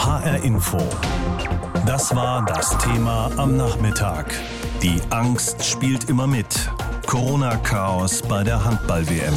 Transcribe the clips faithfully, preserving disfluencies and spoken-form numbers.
H R Info. Das war das Thema am Nachmittag. Die Angst spielt immer mit. Corona-Chaos bei der Handball-W M.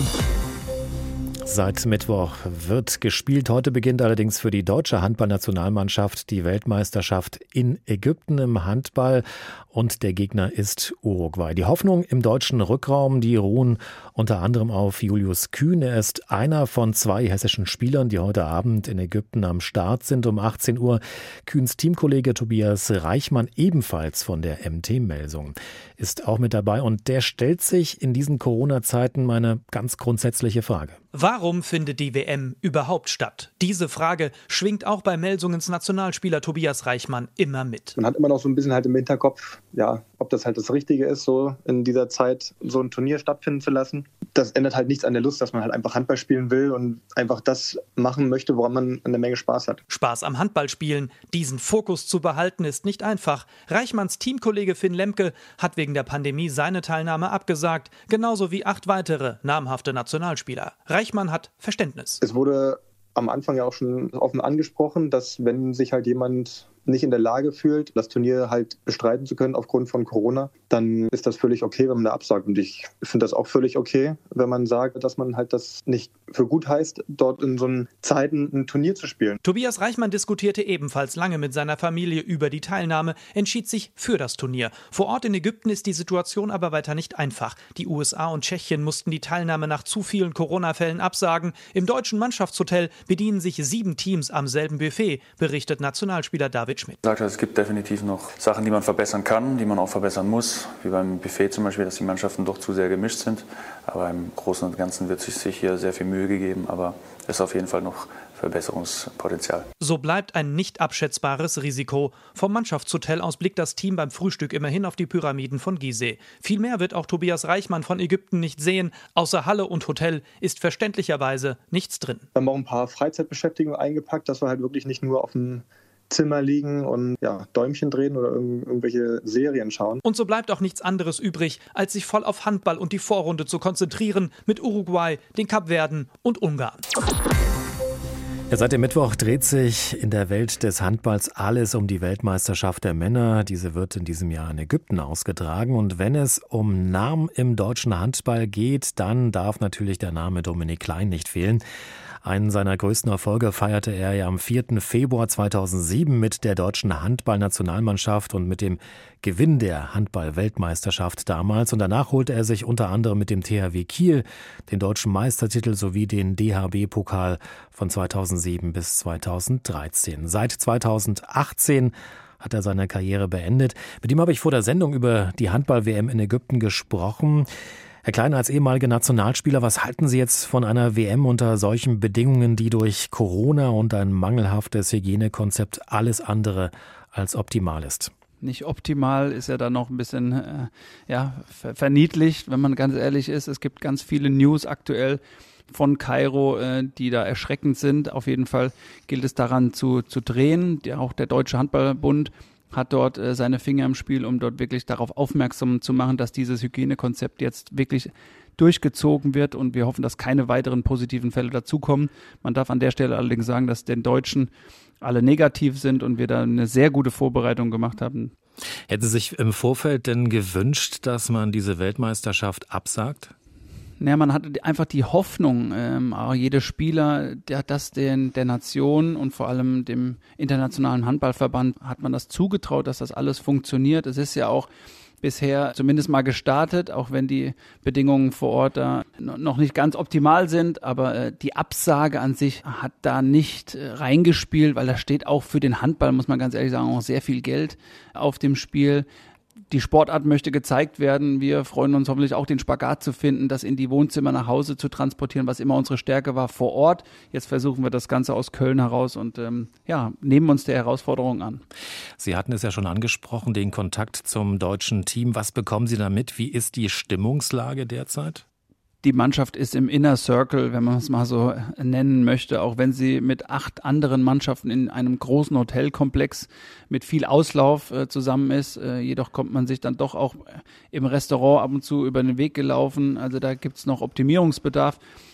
Seit Mittwoch wird gespielt. Heute beginnt allerdings für die deutsche Handballnationalmannschaft die Weltmeisterschaft in Ägypten im Handball und der Gegner ist Uruguay. Die Hoffnung im deutschen Rückraum, die ruhen unter anderem auf Julius Kühn. Er ist einer von zwei hessischen Spielern, die heute Abend in Ägypten am Start sind um achtzehn Uhr. Kühns Teamkollege Tobias Reichmann, ebenfalls von der M T Melsungen, ist auch mit dabei und der stellt sich in diesen Corona-Zeiten meine ganz grundsätzliche Frage. Warum findet die W M überhaupt statt? Diese Frage schwingt auch bei Melsungens Nationalspieler Tobias Reichmann immer mit. Man hat immer noch so ein bisschen halt im Hinterkopf, ja, ob das halt das Richtige ist, so in dieser Zeit so ein Turnier stattfinden zu lassen. Das ändert halt nichts an der Lust, dass man halt einfach Handball spielen will und einfach das machen möchte, woran man eine Menge Spaß hat. Spaß am Handballspielen, diesen Fokus zu behalten, ist nicht einfach. Reichmanns Teamkollege Finn Lemke hat wegen der Pandemie seine Teilnahme abgesagt, genauso wie acht weitere namhafte Nationalspieler. Reichmann hat Verständnis. Es wurde am Anfang ja auch schon offen angesprochen, dass wenn sich halt jemand nicht in der Lage fühlt, das Turnier halt bestreiten zu können aufgrund von Corona, dann ist das völlig okay, wenn man da absagt. Und ich finde das auch völlig okay, wenn man sagt, dass man halt das nicht für gut heißt, dort in so einen Zeiten ein Turnier zu spielen. Tobias Reichmann diskutierte ebenfalls lange mit seiner Familie über die Teilnahme, entschied sich für das Turnier. Vor Ort in Ägypten ist die Situation aber weiter nicht einfach. Die U S A und Tschechien mussten die Teilnahme nach zu vielen Corona-Fällen absagen. Im deutschen Mannschaftshotel bedienen sich sieben Teams am selben Buffet, berichtet Nationalspieler David Schmidt. Ich sage, es gibt definitiv noch Sachen, die man verbessern kann, die man auch verbessern muss, wie beim Buffet zum Beispiel, dass die Mannschaften doch zu sehr gemischt sind. Aber im Großen und Ganzen wird sich hier sehr viel Mühe gegeben, aber es ist auf jeden Fall noch Verbesserungspotenzial. So bleibt ein nicht abschätzbares Risiko. Vom Mannschaftshotel aus blickt das Team beim Frühstück immerhin auf die Pyramiden von Gizeh. Viel mehr wird auch Tobias Reichmann von Ägypten nicht sehen. Außer Halle und Hotel ist verständlicherweise nichts drin. Wir haben auch ein paar Freizeitbeschäftigungen eingepackt, dass wir halt wirklich nicht nur auf dem Zimmer liegen und ja, Däumchen drehen oder irg- irgendwelche Serien schauen. Und so bleibt auch nichts anderes übrig, als sich voll auf Handball und die Vorrunde zu konzentrieren mit Uruguay, den Kapverden und Ungarn. Ja, seit dem Mittwoch dreht sich in der Welt des Handballs alles um die Weltmeisterschaft der Männer. Diese wird in diesem Jahr in Ägypten ausgetragen. Und wenn es um Namen im deutschen Handball geht, dann darf natürlich der Name Dominik Klein nicht fehlen. Einen seiner größten Erfolge feierte er ja am vierten Februar zweitausendsieben mit der deutschen Handballnationalmannschaft und mit dem Gewinn der Handball-Weltmeisterschaft damals. Und danach holte er sich unter anderem mit dem T H W Kiel den deutschen Meistertitel sowie den D H B-Pokal von zweitausendsieben bis zweitausenddreizehn. Seit zweitausendachtzehn hat er seine Karriere beendet. Mit ihm habe ich vor der Sendung über die Handball-W M in Ägypten gesprochen. Herr Klein, als ehemaliger Nationalspieler, was halten Sie jetzt von einer W M unter solchen Bedingungen, die durch Corona und ein mangelhaftes Hygienekonzept alles andere als optimal ist? Nicht optimal ist ja dann noch ein bisschen äh, ja, ver- verniedlicht, wenn man ganz ehrlich ist. Es gibt ganz viele News aktuell von Kairo, äh, die da erschreckend sind. Auf jeden Fall gilt es daran zu, zu drehen. Ja, auch der Deutsche Handballbund hat dort äh, seine Finger im Spiel, um dort wirklich darauf aufmerksam zu machen, dass dieses Hygienekonzept jetzt wirklich durchgezogen wird und wir hoffen, dass keine weiteren positiven Fälle dazukommen. Man darf an der Stelle allerdings sagen, dass den Deutschen alle negativ sind und wir da eine sehr gute Vorbereitung gemacht haben. Hätten Sie sich im Vorfeld denn gewünscht, dass man diese Weltmeisterschaft absagt? Ja, man hatte einfach die Hoffnung, ähm, auch jeder Spieler, der hat das den, der Nation und vor allem dem internationalen Handballverband hat man das zugetraut, dass das alles funktioniert. Es ist ja auch bisher zumindest mal gestartet, auch wenn die Bedingungen vor Ort da noch nicht ganz optimal sind, aber äh, die Absage an sich hat da nicht äh, reingespielt, weil da steht auch für den Handball, muss man ganz ehrlich sagen, auch sehr viel Geld auf dem Spiel. Die Sportart möchte gezeigt werden. Wir freuen uns hoffentlich auch, den Spagat zu finden, das in die Wohnzimmer nach Hause zu transportieren, was immer unsere Stärke war vor Ort. Jetzt versuchen wir das Ganze aus Köln heraus und ähm, ja, nehmen uns der Herausforderung an. Sie hatten es ja schon angesprochen, den Kontakt zum deutschen Team. Was bekommen Sie da mit? Wie ist die Stimmungslage derzeit? Die Mannschaft ist im Inner Circle, wenn man es mal so nennen möchte, auch wenn sie mit acht anderen Mannschaften in einem großen Hotelkomplex mit viel Auslauf äh, zusammen ist. Äh, jedoch kommt man sich dann doch auch im Restaurant ab und zu über den Weg gelaufen. Also da gibt es noch Optimierungsbedarf.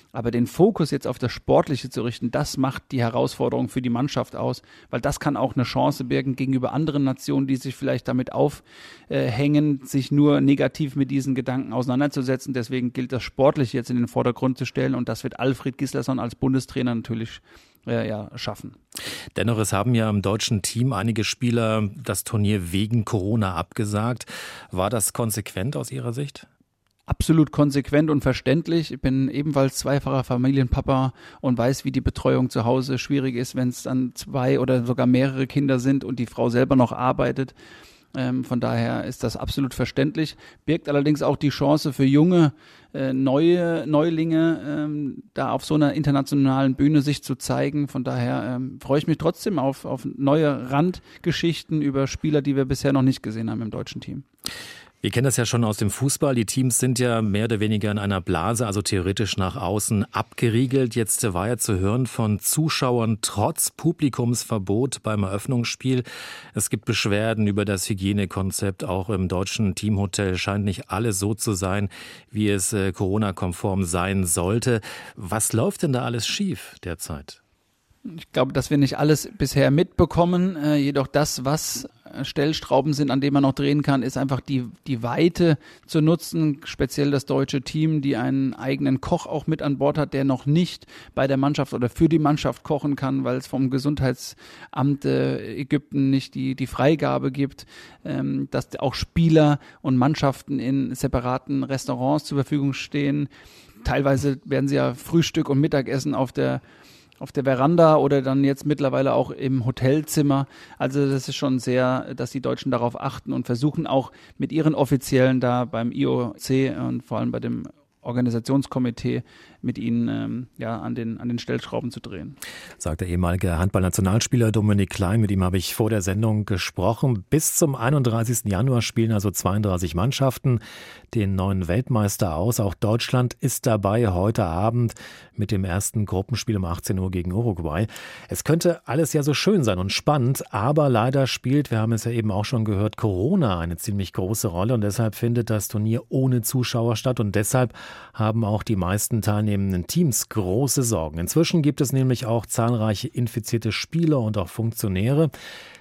Aber den Fokus jetzt auf das Sportliche zu richten, das macht die Herausforderung für die Mannschaft aus, weil das kann auch eine Chance birgen gegenüber anderen Nationen, die sich vielleicht damit aufhängen, sich nur negativ mit diesen Gedanken auseinanderzusetzen. Deswegen gilt das Sportliche jetzt in den Vordergrund zu stellen und das wird Alfred Gislason als Bundestrainer natürlich äh, ja, schaffen. Dennoch, es haben ja im deutschen Team einige Spieler das Turnier wegen Corona abgesagt. War das konsequent aus Ihrer Sicht? Absolut konsequent und verständlich. Ich bin ebenfalls zweifacher Familienpapa und weiß, wie die Betreuung zu Hause schwierig ist, wenn es dann zwei oder sogar mehrere Kinder sind und die Frau selber noch arbeitet. Ähm, von daher ist das absolut verständlich. Birgt allerdings auch die Chance für junge, äh, neue Neulinge, ähm, da auf so einer internationalen Bühne sich zu zeigen. Von daher ähm, freue ich mich trotzdem auf, auf neue Randgeschichten über Spieler, die wir bisher noch nicht gesehen haben im deutschen Team. Wir kennen das ja schon aus dem Fußball. Die Teams sind ja mehr oder weniger in einer Blase, also theoretisch nach außen abgeriegelt. Jetzt war ja zu hören von Zuschauern trotz Publikumsverbot beim Eröffnungsspiel. Es gibt Beschwerden über das Hygienekonzept. Auch im deutschen Teamhotel scheint nicht alles so zu sein, wie es äh, Corona-konform sein sollte. Was läuft denn da alles schief derzeit? Ich glaube, dass wir nicht alles bisher mitbekommen. Äh, jedoch das, was Stellschrauben sind, an denen man noch drehen kann, ist einfach die, die Weite zu nutzen. Speziell das deutsche Team, die einen eigenen Koch auch mit an Bord hat, der noch nicht bei der Mannschaft oder für die Mannschaft kochen kann, weil es vom Gesundheitsamt äh, Ägypten nicht die, die Freigabe gibt, ähm, dass auch Spieler und Mannschaften in separaten Restaurants zur Verfügung stehen. Teilweise werden sie ja Frühstück und Mittagessen auf der auf der Veranda oder dann jetzt mittlerweile auch im Hotelzimmer. Also das ist schon sehr, dass die Deutschen darauf achten und versuchen auch mit ihren Offiziellen da beim I O C und vor allem bei dem Organisationskomitee mit ihnen ähm, ja, an den, an den Stellschrauben zu drehen. Sagt der ehemalige Handballnationalspieler Dominik Klein. Mit ihm habe ich vor der Sendung gesprochen. Bis zum einunddreißigsten Januar spielen also zweiunddreißig Mannschaften den neuen Weltmeister aus. Auch Deutschland ist dabei heute Abend mit dem ersten Gruppenspiel um achtzehn Uhr gegen Uruguay. Es könnte alles ja so schön sein und spannend, aber leider spielt, wir haben es ja eben auch schon gehört, Corona eine ziemlich große Rolle und deshalb findet das Turnier ohne Zuschauer statt und deshalb haben auch die meisten teilnehmenden Teams große Sorgen. Inzwischen gibt es nämlich auch zahlreiche infizierte Spieler und auch Funktionäre.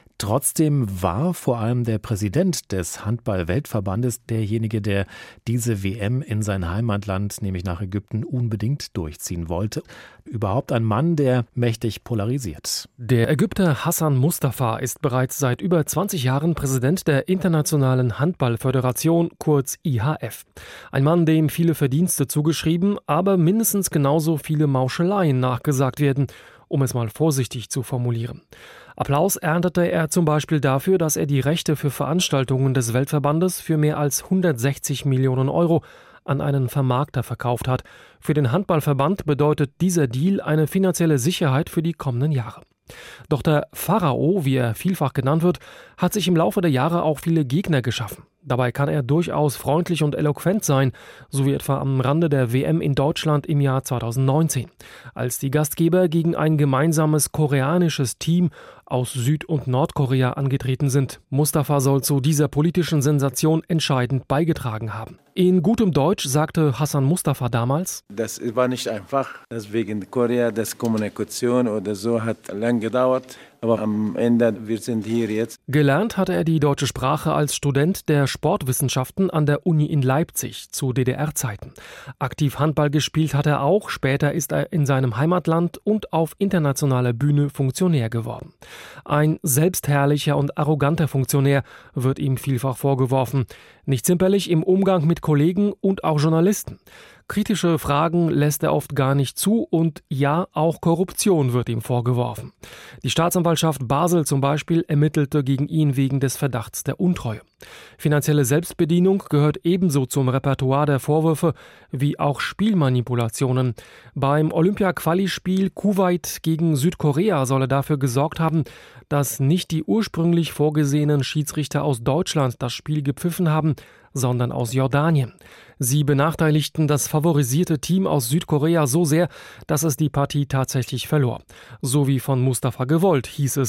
Trotzdem war vor allem der Präsident des Handball-Weltverbandes derjenige, der diese W M in sein Heimatland, nämlich nach Ägypten, unbedingt durchziehen wollte. Überhaupt ein Mann, der mächtig polarisiert. Der Ägypter Hassan Mustafa ist bereits seit über zwanzig Jahren Präsident der Internationalen Handball-Föderation, kurz I H F. Ein Mann, dem viele Verdienste zugeschrieben, aber mindestens genauso viele Mauscheleien nachgesagt werden, um es mal vorsichtig zu formulieren. Applaus erntete er zum Beispiel dafür, dass er die Rechte für Veranstaltungen des Weltverbandes für mehr als hundertsechzig Millionen Euro an einen Vermarkter verkauft hat. Für den Handballverband bedeutet dieser Deal eine finanzielle Sicherheit für die kommenden Jahre. Doch der Pharao, wie er vielfach genannt wird, hat sich im Laufe der Jahre auch viele Gegner geschaffen. Dabei kann er durchaus freundlich und eloquent sein, so wie etwa am Rande der W M in Deutschland im Jahr zweitausendneunzehn, als die Gastgeber gegen ein gemeinsames koreanisches Team aus Süd- und Nordkorea angetreten sind. Mustafa soll zu dieser politischen Sensation entscheidend beigetragen haben. In gutem Deutsch sagte Hassan Mustafa damals: Das war nicht einfach, das wegen Korea, das Kommunikation oder so hat lang gedauert. Aber am Ende, wir sind hier jetzt. Gelernt hatte er die deutsche Sprache als Student der Sportwissenschaften an der Uni in Leipzig zu D D R-Zeiten. Aktiv Handball gespielt hat er auch, später ist er in seinem Heimatland und auf internationaler Bühne Funktionär geworden. Ein selbstherrlicher und arroganter Funktionär wird ihm vielfach vorgeworfen. Nicht zimperlich im Umgang mit Kollegen und auch Journalisten. Kritische Fragen lässt er oft gar nicht zu und ja, auch Korruption wird ihm vorgeworfen. Die Staatsanwaltschaft Basel zum Beispiel ermittelte gegen ihn wegen des Verdachts der Untreue. Finanzielle Selbstbedienung gehört ebenso zum Repertoire der Vorwürfe wie auch Spielmanipulationen. Beim Olympia-Quali-Spiel Kuwait gegen Südkorea soll er dafür gesorgt haben, dass nicht die ursprünglich vorgesehenen Schiedsrichter aus Deutschland das Spiel gepfiffen haben, sondern aus Jordanien. Sie benachteiligten das favorisierte Team aus Südkorea so sehr, dass es die Partie tatsächlich verlor. So wie von Mustafa gewollt, hieß es.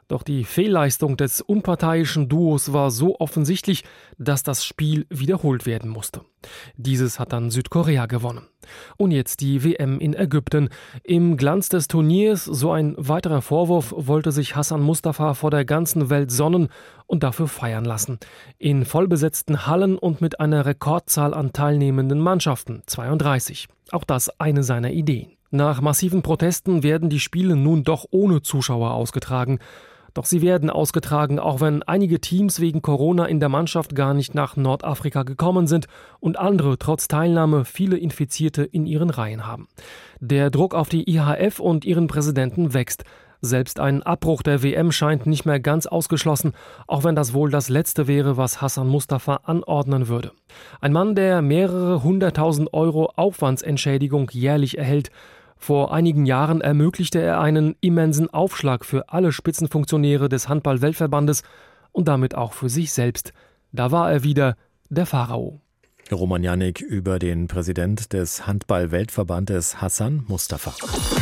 Doch die Fehlleistung des unparteiischen Duos war so offensichtlich, dass das Spiel wiederholt werden musste. Dieses hat dann Südkorea gewonnen. Und jetzt die W M in Ägypten. Im Glanz des Turniers, so ein weiterer Vorwurf, wollte sich Hassan Mustafa vor der ganzen Welt sonnen und dafür feiern lassen. In vollbesetzten Hallen und mit einer Rekordzahl an teilnehmenden Mannschaften, zweiunddreißig. Auch das eine seiner Ideen. Nach massiven Protesten werden die Spiele nun doch ohne Zuschauer ausgetragen. Doch sie werden ausgetragen, auch wenn einige Teams wegen Corona in der Mannschaft gar nicht nach Nordafrika gekommen sind und andere trotz Teilnahme viele Infizierte in ihren Reihen haben. Der Druck auf die I H F und ihren Präsidenten wächst. Selbst ein Abbruch der W M scheint nicht mehr ganz ausgeschlossen, auch wenn das wohl das Letzte wäre, was Hassan Mustafa anordnen würde. Ein Mann, der mehrere hunderttausend Euro Aufwandsentschädigung jährlich erhält. Vor einigen Jahren ermöglichte er einen immensen Aufschlag für alle Spitzenfunktionäre des Handball-Weltverbandes und damit auch für sich selbst. Da war er wieder der Pharao. Roman Janik über den Präsident des Handball-Weltverbandes Hassan Mustafa.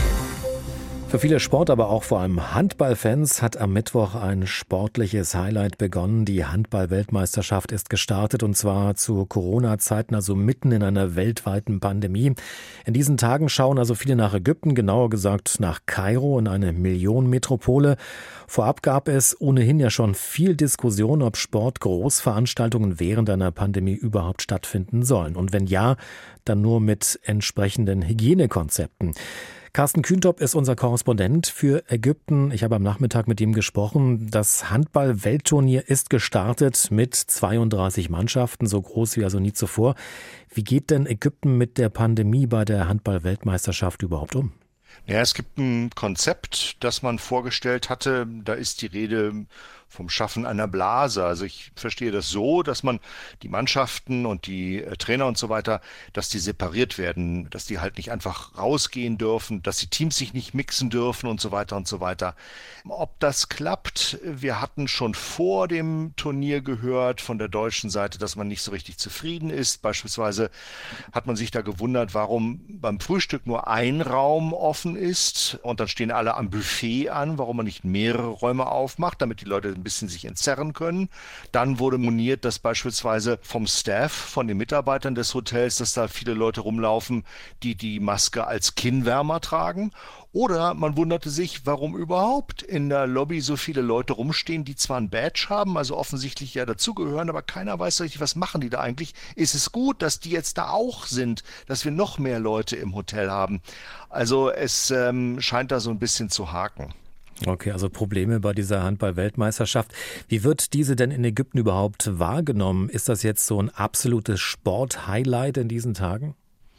Für viele Sport, aber auch vor allem Handballfans hat am Mittwoch ein sportliches Highlight begonnen. Die Handball-Weltmeisterschaft ist gestartet und zwar zu Corona-Zeiten, also mitten in einer weltweiten Pandemie. In diesen Tagen schauen also viele nach Ägypten, genauer gesagt nach Kairo, in eine Millionenmetropole. Vorab gab es ohnehin ja schon viel Diskussion, ob Sportgroßveranstaltungen während einer Pandemie überhaupt stattfinden sollen. Und wenn ja, dann nur mit entsprechenden Hygienekonzepten. Carsten Kühntop ist unser Korrespondent für Ägypten. Ich habe am Nachmittag mit ihm gesprochen. Das Handball-Weltturnier ist gestartet mit zweiunddreißig Mannschaften, so groß wie also nie zuvor. Wie geht denn Ägypten mit der Pandemie bei der Handball-Weltmeisterschaft überhaupt um? Ja, es gibt ein Konzept, das man vorgestellt hatte. Da ist die Rede vom Schaffen einer Blase. Also ich verstehe das so, dass man die Mannschaften und die Trainer und so weiter, dass die separiert werden, dass die halt nicht einfach rausgehen dürfen, dass die Teams sich nicht mixen dürfen und so weiter und so weiter. Ob das klappt, wir hatten schon vor dem Turnier gehört von der deutschen Seite, dass man nicht so richtig zufrieden ist. Beispielsweise hat man sich da gewundert, warum beim Frühstück nur ein Raum offen ist und dann stehen alle am Buffet an, warum man nicht mehrere Räume aufmacht, damit die Leute ein bisschen sich entzerren können. Dann wurde moniert, dass beispielsweise vom Staff, von den Mitarbeitern des Hotels, dass da viele Leute rumlaufen, die die Maske als Kinnwärmer tragen. Oder man wunderte sich, warum überhaupt in der Lobby so viele Leute rumstehen, die zwar ein Badge haben, also offensichtlich ja dazugehören, aber keiner weiß so richtig, was machen die da eigentlich. Ist es gut, dass die jetzt da auch sind, dass wir noch mehr Leute im Hotel haben? Also es ähm, scheint da so ein bisschen zu haken. Okay, also Probleme bei dieser Handball-Weltmeisterschaft. Wie wird diese denn in Ägypten überhaupt wahrgenommen? Ist das jetzt so ein absolutes Sport-Highlight in diesen Tagen?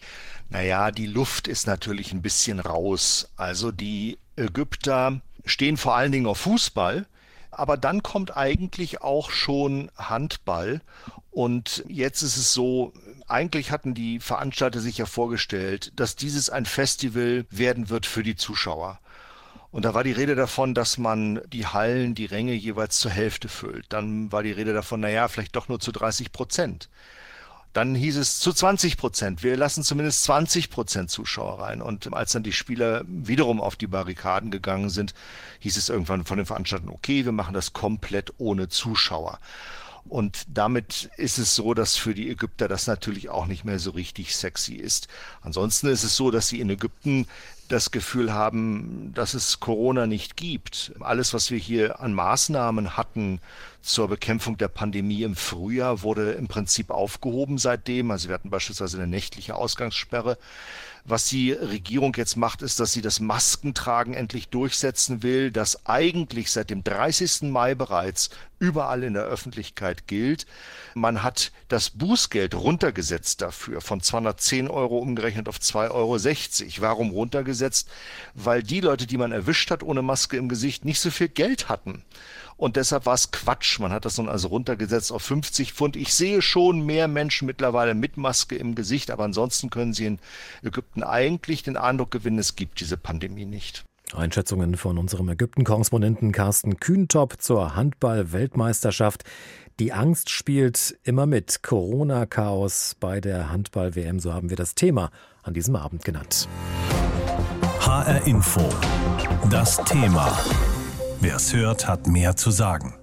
Naja, die Luft ist natürlich ein bisschen raus. Also die Ägypter stehen vor allen Dingen auf Fußball, aber dann kommt eigentlich auch schon Handball. Und jetzt ist es so, eigentlich hatten die Veranstalter sich ja vorgestellt, dass dieses ein Festival werden wird für die Zuschauer. Und da war die Rede davon, dass man die Hallen, die Ränge jeweils zur Hälfte füllt. Dann war die Rede davon, naja, vielleicht doch nur zu dreißig Prozent. Dann hieß es zu zwanzig Prozent. Wir lassen zumindest zwanzig Prozent Zuschauer rein. Und als dann die Spieler wiederum auf die Barrikaden gegangen sind, hieß es irgendwann von den Veranstaltern, okay, wir machen das komplett ohne Zuschauer. Und damit ist es so, dass für die Ägypter das natürlich auch nicht mehr so richtig sexy ist. Ansonsten ist es so, dass sie in Ägypten das Gefühl haben, dass es Corona nicht gibt. Alles, was wir hier an Maßnahmen hatten zur Bekämpfung der Pandemie im Frühjahr, wurde im Prinzip aufgehoben seitdem. Also wir hatten beispielsweise eine nächtliche Ausgangssperre. Was die Regierung jetzt macht, ist, dass sie das Maskentragen endlich durchsetzen will, das eigentlich seit dem dreißigsten Mai bereits überall in der Öffentlichkeit gilt. Man hat das Bußgeld runtergesetzt dafür, von zweihundertzehn Euro umgerechnet auf zwei Euro sechzig. Warum runtergesetzt? Weil die Leute, die man erwischt hat ohne Maske im Gesicht, nicht so viel Geld hatten. Und deshalb war es Quatsch. Man hat das nun also runtergesetzt auf fünfzig Pfund. Ich sehe schon mehr Menschen mittlerweile mit Maske im Gesicht, aber ansonsten können Sie in Ägypten eigentlich den Eindruck gewinnen, es gibt diese Pandemie nicht. Einschätzungen von unserem Ägypten-Korrespondenten Carsten Kühntop zur Handball-Weltmeisterschaft. Die Angst spielt immer mit. Corona-Chaos bei der Handball-W M, so haben wir das Thema an diesem Abend genannt. H R Info. Das Thema. Wer's hört, hat mehr zu sagen.